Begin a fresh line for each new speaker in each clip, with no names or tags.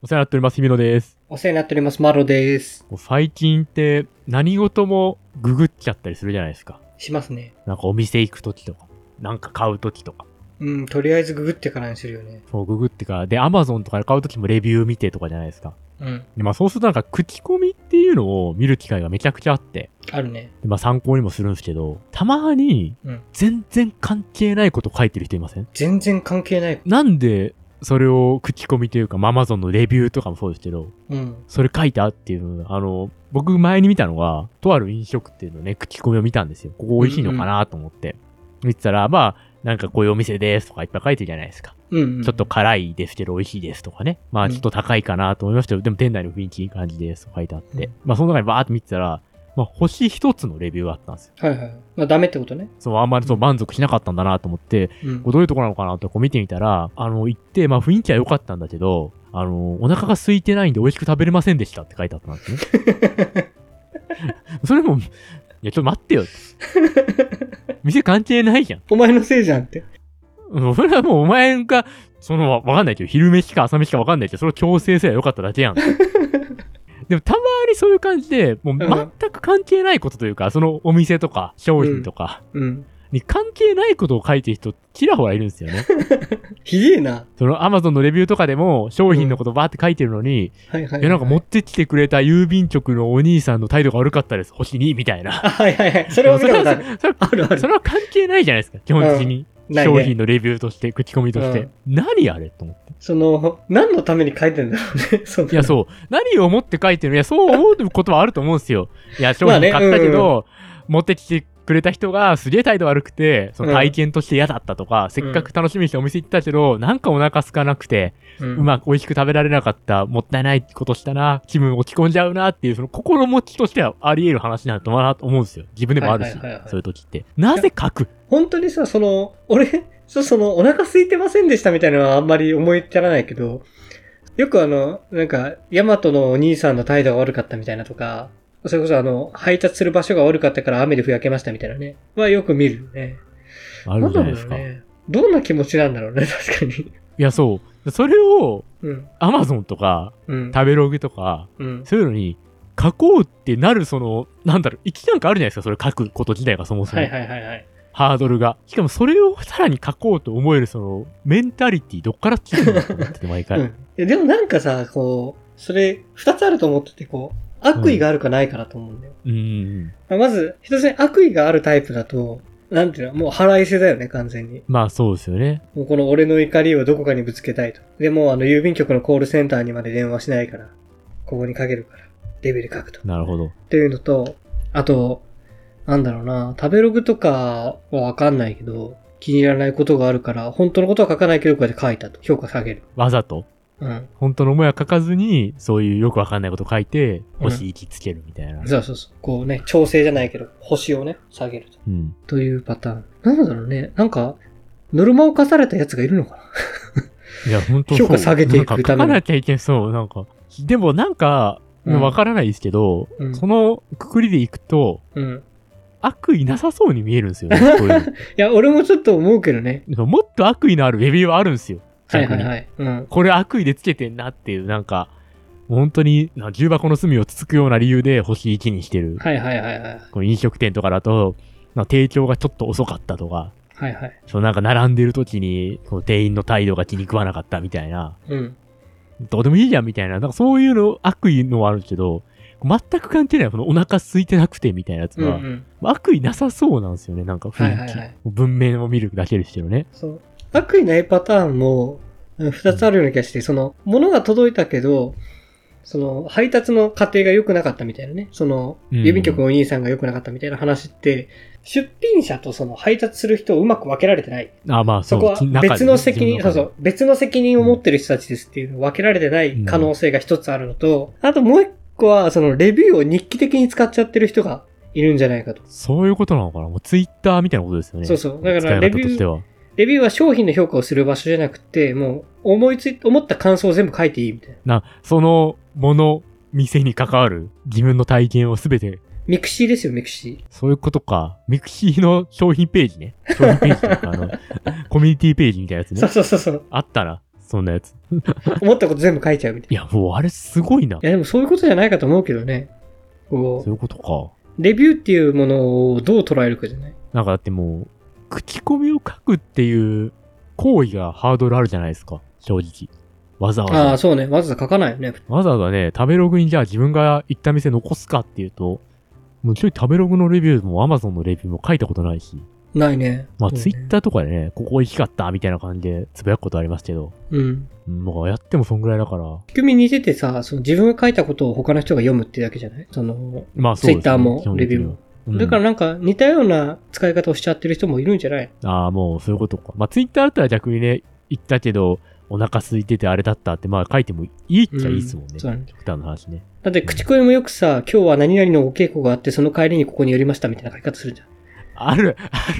お世話になっております、日比野です。
お世話になっております、マロです。
最近って何事もググっちゃったりするじゃないですか。
しますね。
なんかお店行くときとか、なんか買うときとか。
とりあえずググってからにするよね。
そう、ググってから。で、Amazon とかで買うときもレビュー見てとかじゃないですか。で、そうするとなんか口コミっていうのを見る機会がめちゃくちゃあって。
あるね。
で、参考にもするんですけど、たまに、全然関係ないこと書いてる人いません？
全然関係ない。
なんで、それを口コミというか、Amazon のレビューとかもそうですけど、それ書いたっていうの、僕前に見たのが、とある飲食店のね、口コミを見たんですよ。ここ美味しいのかなと思って。見てたら、なんかこういうお店ですとかいっぱい書いてるじゃないですか。ちょっと辛いですけど美味しいですとかね。ちょっと高いかなと思いましたけど、でも店内の雰囲気いい感じですと書いてあって。その中にバーって見てたら、星一つのレビューがあったんですよ。
はいはい。ダメってことね。
そう、あんまり満足しなかったんだなと思って、どういうところなのかなと見てみたら、行って、雰囲気は良かったんだけど、お腹が空いてないんで美味しく食べれませんでしたって書いてあったんですね。それも、いや、ちょっと待ってよ。店関係ないじゃん。
お前のせいじゃんって。
それはもうお前が、わかんないけど、昼飯か朝飯かわかんないけど、それを強制すればよかっただけやん。でもたまにそういう感じで、もう全く関係ないことというか、そのお店とか商品とかに関係ないことを書いてる人、ちらほらいるんですよね。
ひでえな。
その Amazon のレビューとかでも商品のことバーって書いてるのに、なんか持ってきてくれた郵便局のお兄さんの態度が悪かったです。星2みたいな。
はいはいはい。それは見たことある。
あるある。それは関係ないじゃないですか、基本的に。商品のレビューとして、口コミとして。何あれと思って。
何のために書いてんだろうね。
いや、そう。何を思って書いてるの？いや、そう思うことはあると思うんですよ。いや、商品買ったけど、持ってきてくれた人がすげえ態度悪くて、その体験として嫌だったとか、せっかく楽しみにしてお店行ったけど、なんかお腹空かなくて、うまく美味しく食べられなかった、もったいないことしたな、気分落ち込んじゃうなっていう、その心持ちとしてはあり得る話なんだと思うんですよ。自分でもあるし、そういう時って。なぜ書く？
本当にさ、俺、お腹空いてませんでしたみたいなのはあんまり思い至らないけど、よくなんか、ヤマトのお兄さんの態度が悪かったみたいなとか、それこそ配達する場所が悪かったから雨でふやけましたみたいなね。はよく見るよね。
あるじゃないですか。
どんな気持ちなんだろうね、確かに。い
や、そう。それを、Amazon とか、食べログとか、そういうのに、書こうってなる一段階あるじゃないですか、それ書くこと自体がそもそも。ハードルが。しかもそれをさらに書こうと思えるメンタリティどっから来るのかなって毎回。
でもなんかさ、それ二つあると思ってて、悪意があるかないかなと思うんだよ。まず、一つに悪意があるタイプだと、なんていうの、もう腹いせだよね、完全に。
そうですよね。
もうこの俺の怒りをどこかにぶつけたいと。でも郵便局のコールセンターにまで電話しないから、ここにかけるから、レベル書くと。
なるほど。
っていうのと、あと、なんだろうな、食べログとかはわかんないけど、気に入らないことがあるから、本当のことは書かないけど、こうやって書いたと。評価下げる。
わざと？本当の思いは書かずに、そういうよくわかんないことを書いて、星1つけるみたいな。
そう。調整じゃないけど、星をね、下げると。というパターン。なんだろうね。なんか、ノルマを課されたやつがいるのかな。
いや、本当
評価下げていくために。
書かなきゃいけん、なんか。でもなんか、わからないですけど、そのくくりでいくと、悪意なさそうに見えるんですよね。そういう
いや、俺もちょっと思うけどね。
もっと悪意のあるレビューはあるんですよ。
はい。
これ悪意でつけてんなっていう、なんか、本当に重箱の隅をつつくような理由で星1にしてる。この飲食店とかだと、提供がちょっと遅かったとか、なんか並んでる時に、店員の態度が気に食わなかったみたいな。どうでもいいじゃんみたいな。なんかそういうの、悪意のはあるけど、全く関係ない。お腹空いてなくてみたいなやつは、悪意なさそうなんですよね。なんか雰囲気。文面を見るだけですけどね。
そう。悪意ないパターンも、二つあるような気がして、物が届いたけど、配達の過程が良くなかったみたいなね。郵便局のお兄さんが良くなかったみたいな話って、出品者と配達する人をうまく分けられてない。そこは別の責任、別の責任を持ってる人たちですっていうのを分けられてない可能性が一つあるのと、あともう一個は、レビューを日記的に使っちゃってる人がいるんじゃないかと。
そういうことなのかな？もうツイッターみたいなことですよね。
そう。だからレビューは商品の評価をする場所じゃなくて、もう思った感想を全部書いていいみたいな。
その店に関わる自分の体験をすべて。
ミクシーですよ、ミクシー。
そういうことか。ミクシーの商品ページね。商品ページとかコミュニティページみたいなやつね。
そう。
あったな。 そんなやつ。
思ったこと全部書いちゃうみたい
な。いや、もうあれすごいな。い
や、でもそういうことじゃないかと思うけどね。
そういうことか。
レビューっていうものをどう捉えるかじゃない？
なんかだってもう、口コミを書くっていう行為がハードルあるじゃないですか。正直。わざわざ。
ああ、そうね。わざわざ書かないよね。
わざわざね、食べログにじゃあ自分が行った店残すかっていうと、もうちょい食べログのレビューも Amazon のレビューも書いたことないし。
ないね。
まあ、Twitter とかでね、ここ美味しかったみたいな感じでつぶやくことありますけど。
うん。
もうやってもそんぐらいだから。
仕組み似ててさ、その自分が書いたことを他の人が読むってだけじゃない？
まあそうですね。
Twitter もレビューも。だからなんか似たような使い方をしちゃってる人もいるんじゃない？
ああ、もうそういうことか。まあ Twitter だったら逆にね、言ったけど、お腹空いててあれだったってまあ書いてもいいっちゃいいですもんね。
そうね。
極端な話ね。
だって口コミもよくさ、今日は何々のお稽古があってその帰りにここに寄りましたみたいな書き方するじゃん。
ある。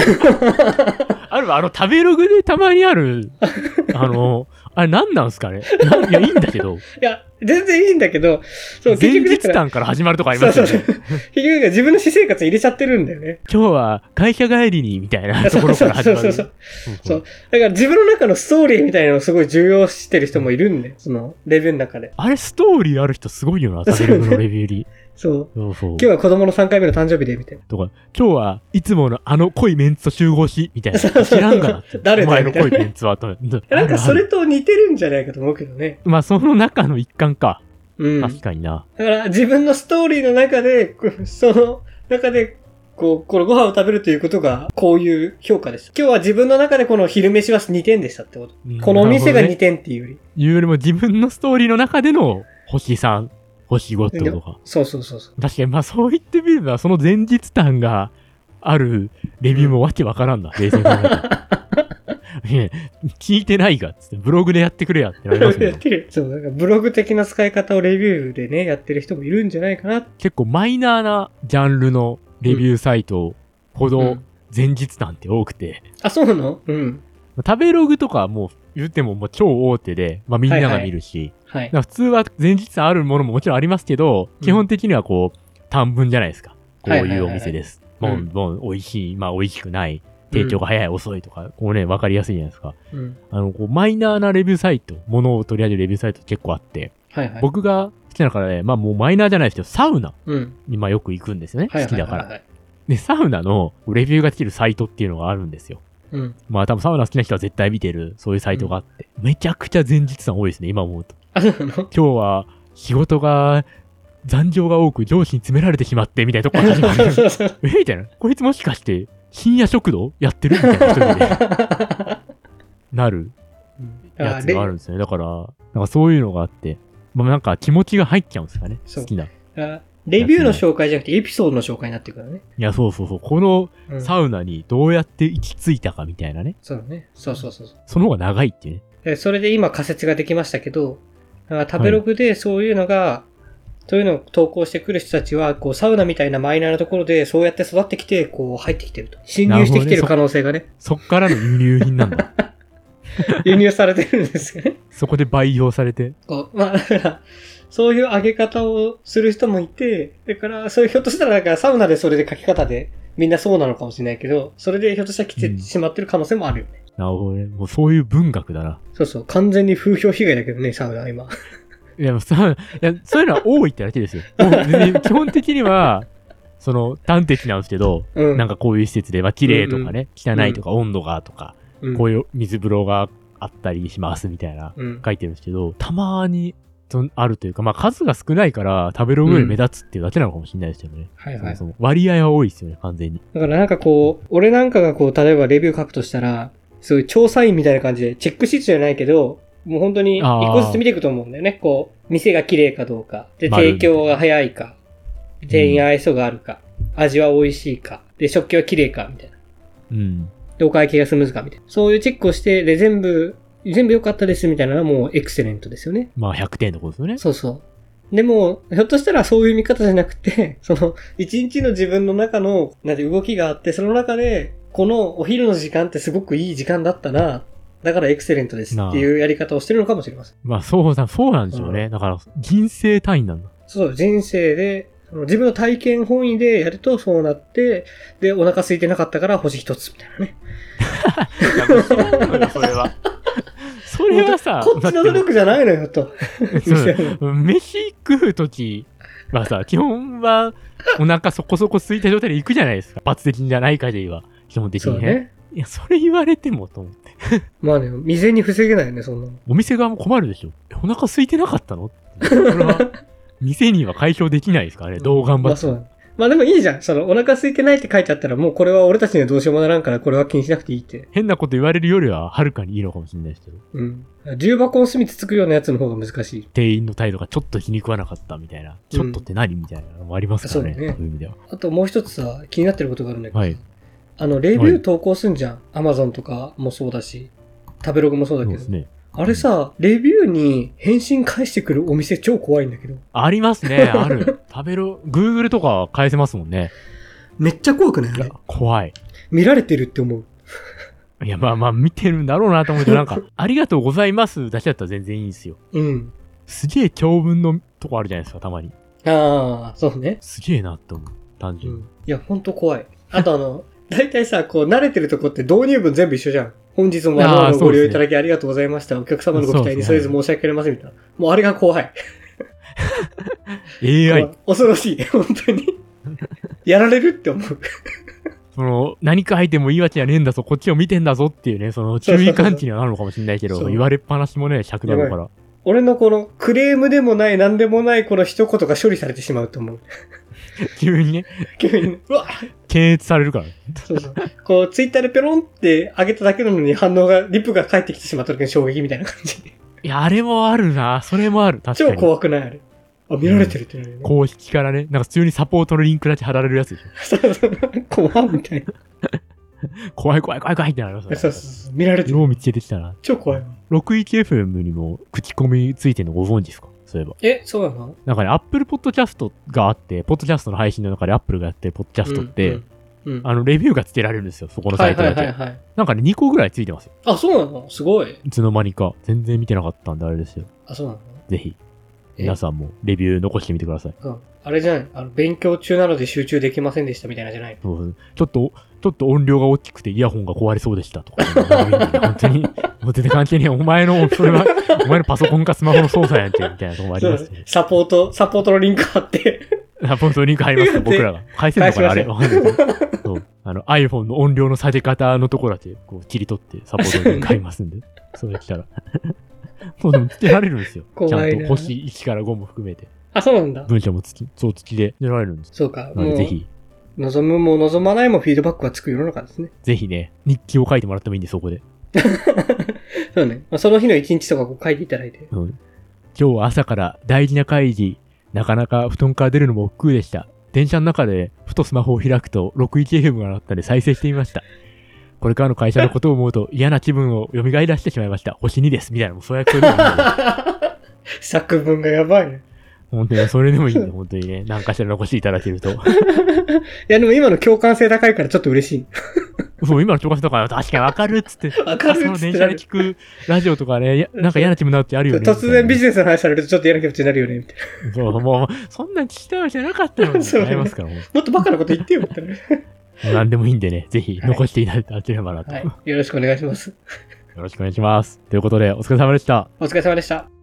食べログでたまにある、あれ何なんすかね。いや、いいんだけど。
いや、全然いいんだけど、
そう、前日談から始まるとかありますよね。そう。
結局自分の私生活入れちゃってるんだよね。
今日は会社帰りに、みたいなところから始まる。そう。
だから自分の中のストーリーみたいなのをすごい重要してる人もいるんで、その、レビューの中で。
あれストーリーある人すごいよな、食べログのレビューに。
そう。今日は子供の3回目の誕生日で、みたいな。
とか、今日はいつもの濃いメンツと集合し、みたいな。知らんがなって。
誰だ
お前の濃いメンツはと。
なんかそれと似てるんじゃないかと思うけどね。
まあその中の一環か。
うん。
確かにな。
だから自分のストーリーの中で、その中で、このご飯を食べるということが、こういう評価です。今日は自分の中でこの昼飯は2点でしたってこと。このお店が2点っていうより。
いうよりも自分のストーリーの中での星3。星5とか。
そう。
確かに、まあそう言ってみれば、その前日談があるレビューもわけわからんな、冷静に考えたら。聞いてないが、つって、ブログでやってくれやってなりますね。
そう、なんかブログ的な使い方をレビューでね、やってる人もいるんじゃないかな。
結構マイナーなジャンルのレビューサイトほど前日談って多くて。
あ、そうなの？うん。
食べログとかはもう言ってももう超大手で、まあみんなが見るし、
はい。
普通は前日あるものももちろんありますけど、基本的にはこう短文じゃないですか。こういうお店です。ボン美味しい、まあ美味しくない、提供が早い遅いとか、こうね、わかりやすいじゃないですか。こうマイナーなレビューサイト、物を取り上げるレビューサイト結構あって、僕が好きなからね、まあもうマイナーじゃないですけど、サウナにまあよく行くんですよね。好きだから。で、サウナのレビューができるサイトっていうのがあるんですよ。まあ多分サウナ好きな人は絶対見てる、そういうサイトがあって。めちゃくちゃ前日談多いですね、今思うと。今日は仕事が残業が多く上司に詰められてしまってみたいなとこから始まる。みたいな。こいつもしかして深夜食堂やってるみたいな一人でなるやつがあるんですよね。だから、なんかそういうのがあって、まあなんか気持ちが入っちゃうんですかね。好きな。
レビューの紹介じゃなくてエピソードの紹介になってくるね。
いや、そう。このサウナにどうやって行き着いたかみたいなね。
そうね。そう。
その方が長いってね。
それで今仮説ができましたけど、食べログでそういうのが、そういうのを投稿してくる人たちは、こう、サウナみたいなマイナーなところで、そうやって育ってきて、こう、入ってきてると。侵入してきてる可能性がね。
そっからの輸入品なんだ。
輸入されてるんですよね。
そこで培養されて。
まあ、だから、そういう上げ方をする人もいて、だから、そういうひょっとしたらなんかサウナでそれで書き方で、みんなそうなのかもしれないけど、それでひょっとしたら来てしまってる可能性もあるよね。
なるほどね。もうそういう文学だな。
そう。完全に風評被害だけどね、サウナ今。
いや、そういうのは多いってだけですよ。基本的には、端的なんですけど、なんかこういう施設で、まあ、綺麗とかね、汚いとか、温度がとか、こういう水風呂があったりしますみたいな、書いてるんですけど、たまに、あるというか、まあ、数が少ないから、食べログより目立つっていうだけなのかもしれないですよね。そも割合は多いですよね、完全に。
だからなんかこう、俺なんかがこう、例えばレビュー書くとしたら、そういう調査員みたいな感じで、チェックシートじゃないけど、もう本当に一個ずつ見ていくと思うんだよね。こう、店が綺麗かどうか。で、提供が早いか。店員愛想があるか。味は美味しいか。で、食器は綺麗か、みたいな。で、お会計がスムーズか、みたいな。そういうチェックをして、で、全部良かったです、みたいなのはもうエクセレントですよね。
まあ、100点のことですよね。
そう。でも、ひょっとしたらそういう見方じゃなくて、一日の自分の中の、動きがあって、その中で、このお昼の時間ってすごくいい時間だったな。だからエクセレントですっていうやり方をしてるのかもしれません。
まあそうなんでしょうね。だから人生単位なんだ。
そう、人生で、自分の体験本位でやるとそうなって、で、お腹空いてなかったから星一つみたいなね。
いや、もうそうなのよ、それは。 それはさ、
こっちの努力じゃないのよと。
飯食うときはさ、基本はお腹そこそこ空いた状態で行くじゃないですか。罰的じゃない限りは。基本的にね。いや、それ言われてもと思って。
まあね、未然に防げないよね、そんなの。
お店側も困るでしょ。お腹空いてなかったのこれは、店には解消できないですからね、どう頑張って。
まあそう。まあでもいいじゃん。その、お腹空いてないって書いてあったら、もうこれは俺たちにはどうしようもならんから、これは気にしなくていいって。
変なこと言われるよりは、はるかにいいのかもしれないですけど。
うん。重箱の隅つつくようなやつの方が難しい。
店員の態度がちょっと気に食わなかったみたいな。ちょっとって何みたいなのもありますからね。そういう意味では。
あともう一つさ、気になってることがあるんだけど。
はい。
レビュー投稿すんじゃん。Amazon とかもそうだし、食べログもそうだけど。そうですね。あれさ、レビューに返信返してくるお店超怖いんだけど。
ありますね、ある。Google とか返せますもんね。
めっちゃ怖くない？あれ。
怖い。
見られてるって思う。
いや、まあまあ見てるんだろうなと思うけど、なんか、ありがとうございますだけだったら全然いいんですよ。うん。すげえ長文のとこあるじゃないですか、たまに。
ああ、そうね。
すげえなって思う。単純に。
いや、ほんと怖い。あとだいたいさ、こう慣れてるとこって導入文全部一緒じゃん。本日もご利用いただきありがとうございました。お客様のご期待に添えず申し訳ありませんみたいな。もうあれが怖い。
AI。
恐ろしい。本当に。やられるって思う。
何か書いてもいいわけじゃねえんだぞ、こっちを見てんだぞっていうね、注意喚起にはなるのかもしれないけど、言われっぱなしもね、尺だろうから。
俺のこのクレームでもない何でもないこの一言が処理されてしまうと思う。
急にね。
急に、うわ
検閲されるから。
そうそう。こう、ツイッターでペロンって上げただけなのに反応が、リプが返ってきてしまった時の衝撃みたいな感じ。
いや、あれもあるな。それもある。確かに。
超怖くないあれ。あ、見られてるってなるよね。
公式からね、なんか普通にサポートのリンクだけ貼られるやつでしょ。
そうそう。怖みたいな。
怖いってなるよ。
そうそうそう。見られてる。
よう見つけてきたな。
超怖いわ。
61FM にも口コミついてるのご存知ですか？そういえば。
そうなの？
なんかね、Apple Podcast があって、ポッドキャストの配信の中で Apple がやってるポッドキャストって、レビューがつけられるんですよ、そこのサイトだけ。なんかね、2個ぐらいついてますよ。
あ、そうなの？すごい。
いつの間にか。全然見てなかったんであれですよ。
あ、そうなの？
ぜひ、皆さんもレビュー残してみてください。
あれじゃない？勉強中なので集中できませんでしたみたいなじゃない？
ちょっと音量が大きくてイヤホンが壊れそうでしたとか。本当に、もう全然関係ねえ。お前のパソコンかスマホの操作やんけ、みたいなとこもありますね。
サポートのリンク貼って。
サポートのリンク貼りますよ、僕らが。返せるのかな、あれ。そう。iPhone の音量の下げ方のところだけ、こう、切り取ってサポートのリンク貼りますんで。それ来たら。もうでも、つけられるんですよ。ちゃんと星1から5も含めて。
あ、そうなんだ。
文章も付きで出られるんです。
そうか。
ぜひ。
望むも望まないもフィードバックがつく世の中ですね。
ぜひね、日記を書いてもらってもいいんで、そこで。
そうね。その日の一日とかこう書いていただいて。
今日は朝から大事な会議、なかなか布団から出るのも億劫でした。電車の中でふとスマホを開くと 61FM が鳴ったので再生してみました。これからの会社のことを思うと嫌な気分を蘇らしてしまいました。星2です。みたいな、もうそういうことでもいいんだ。
作文がやばいね。
本当に、それでもいいんで、本当にね、何かしら残していただけると。い
や、でも今の共感性高いからちょっと嬉しい。
そう、今の共感性とか確かにわかるっつって。
わかるっつって。
その電車で聞くラジオとかね、なんか嫌な気分になるってあるよね。
突然ビジネスの話されるとちょっと嫌な気持ちになるよね、みたい
な。そう、もう、そんなに聞きたいわけじゃなかったのに。そうありますから、
もっとバカなこと言ってよ、みたいな。
何でもいいんでね、ぜひ残していただければなと。
はい。よろしくお願いします。
よろしくお願いします。ということで、お疲れ様でした。
お疲れ様でした。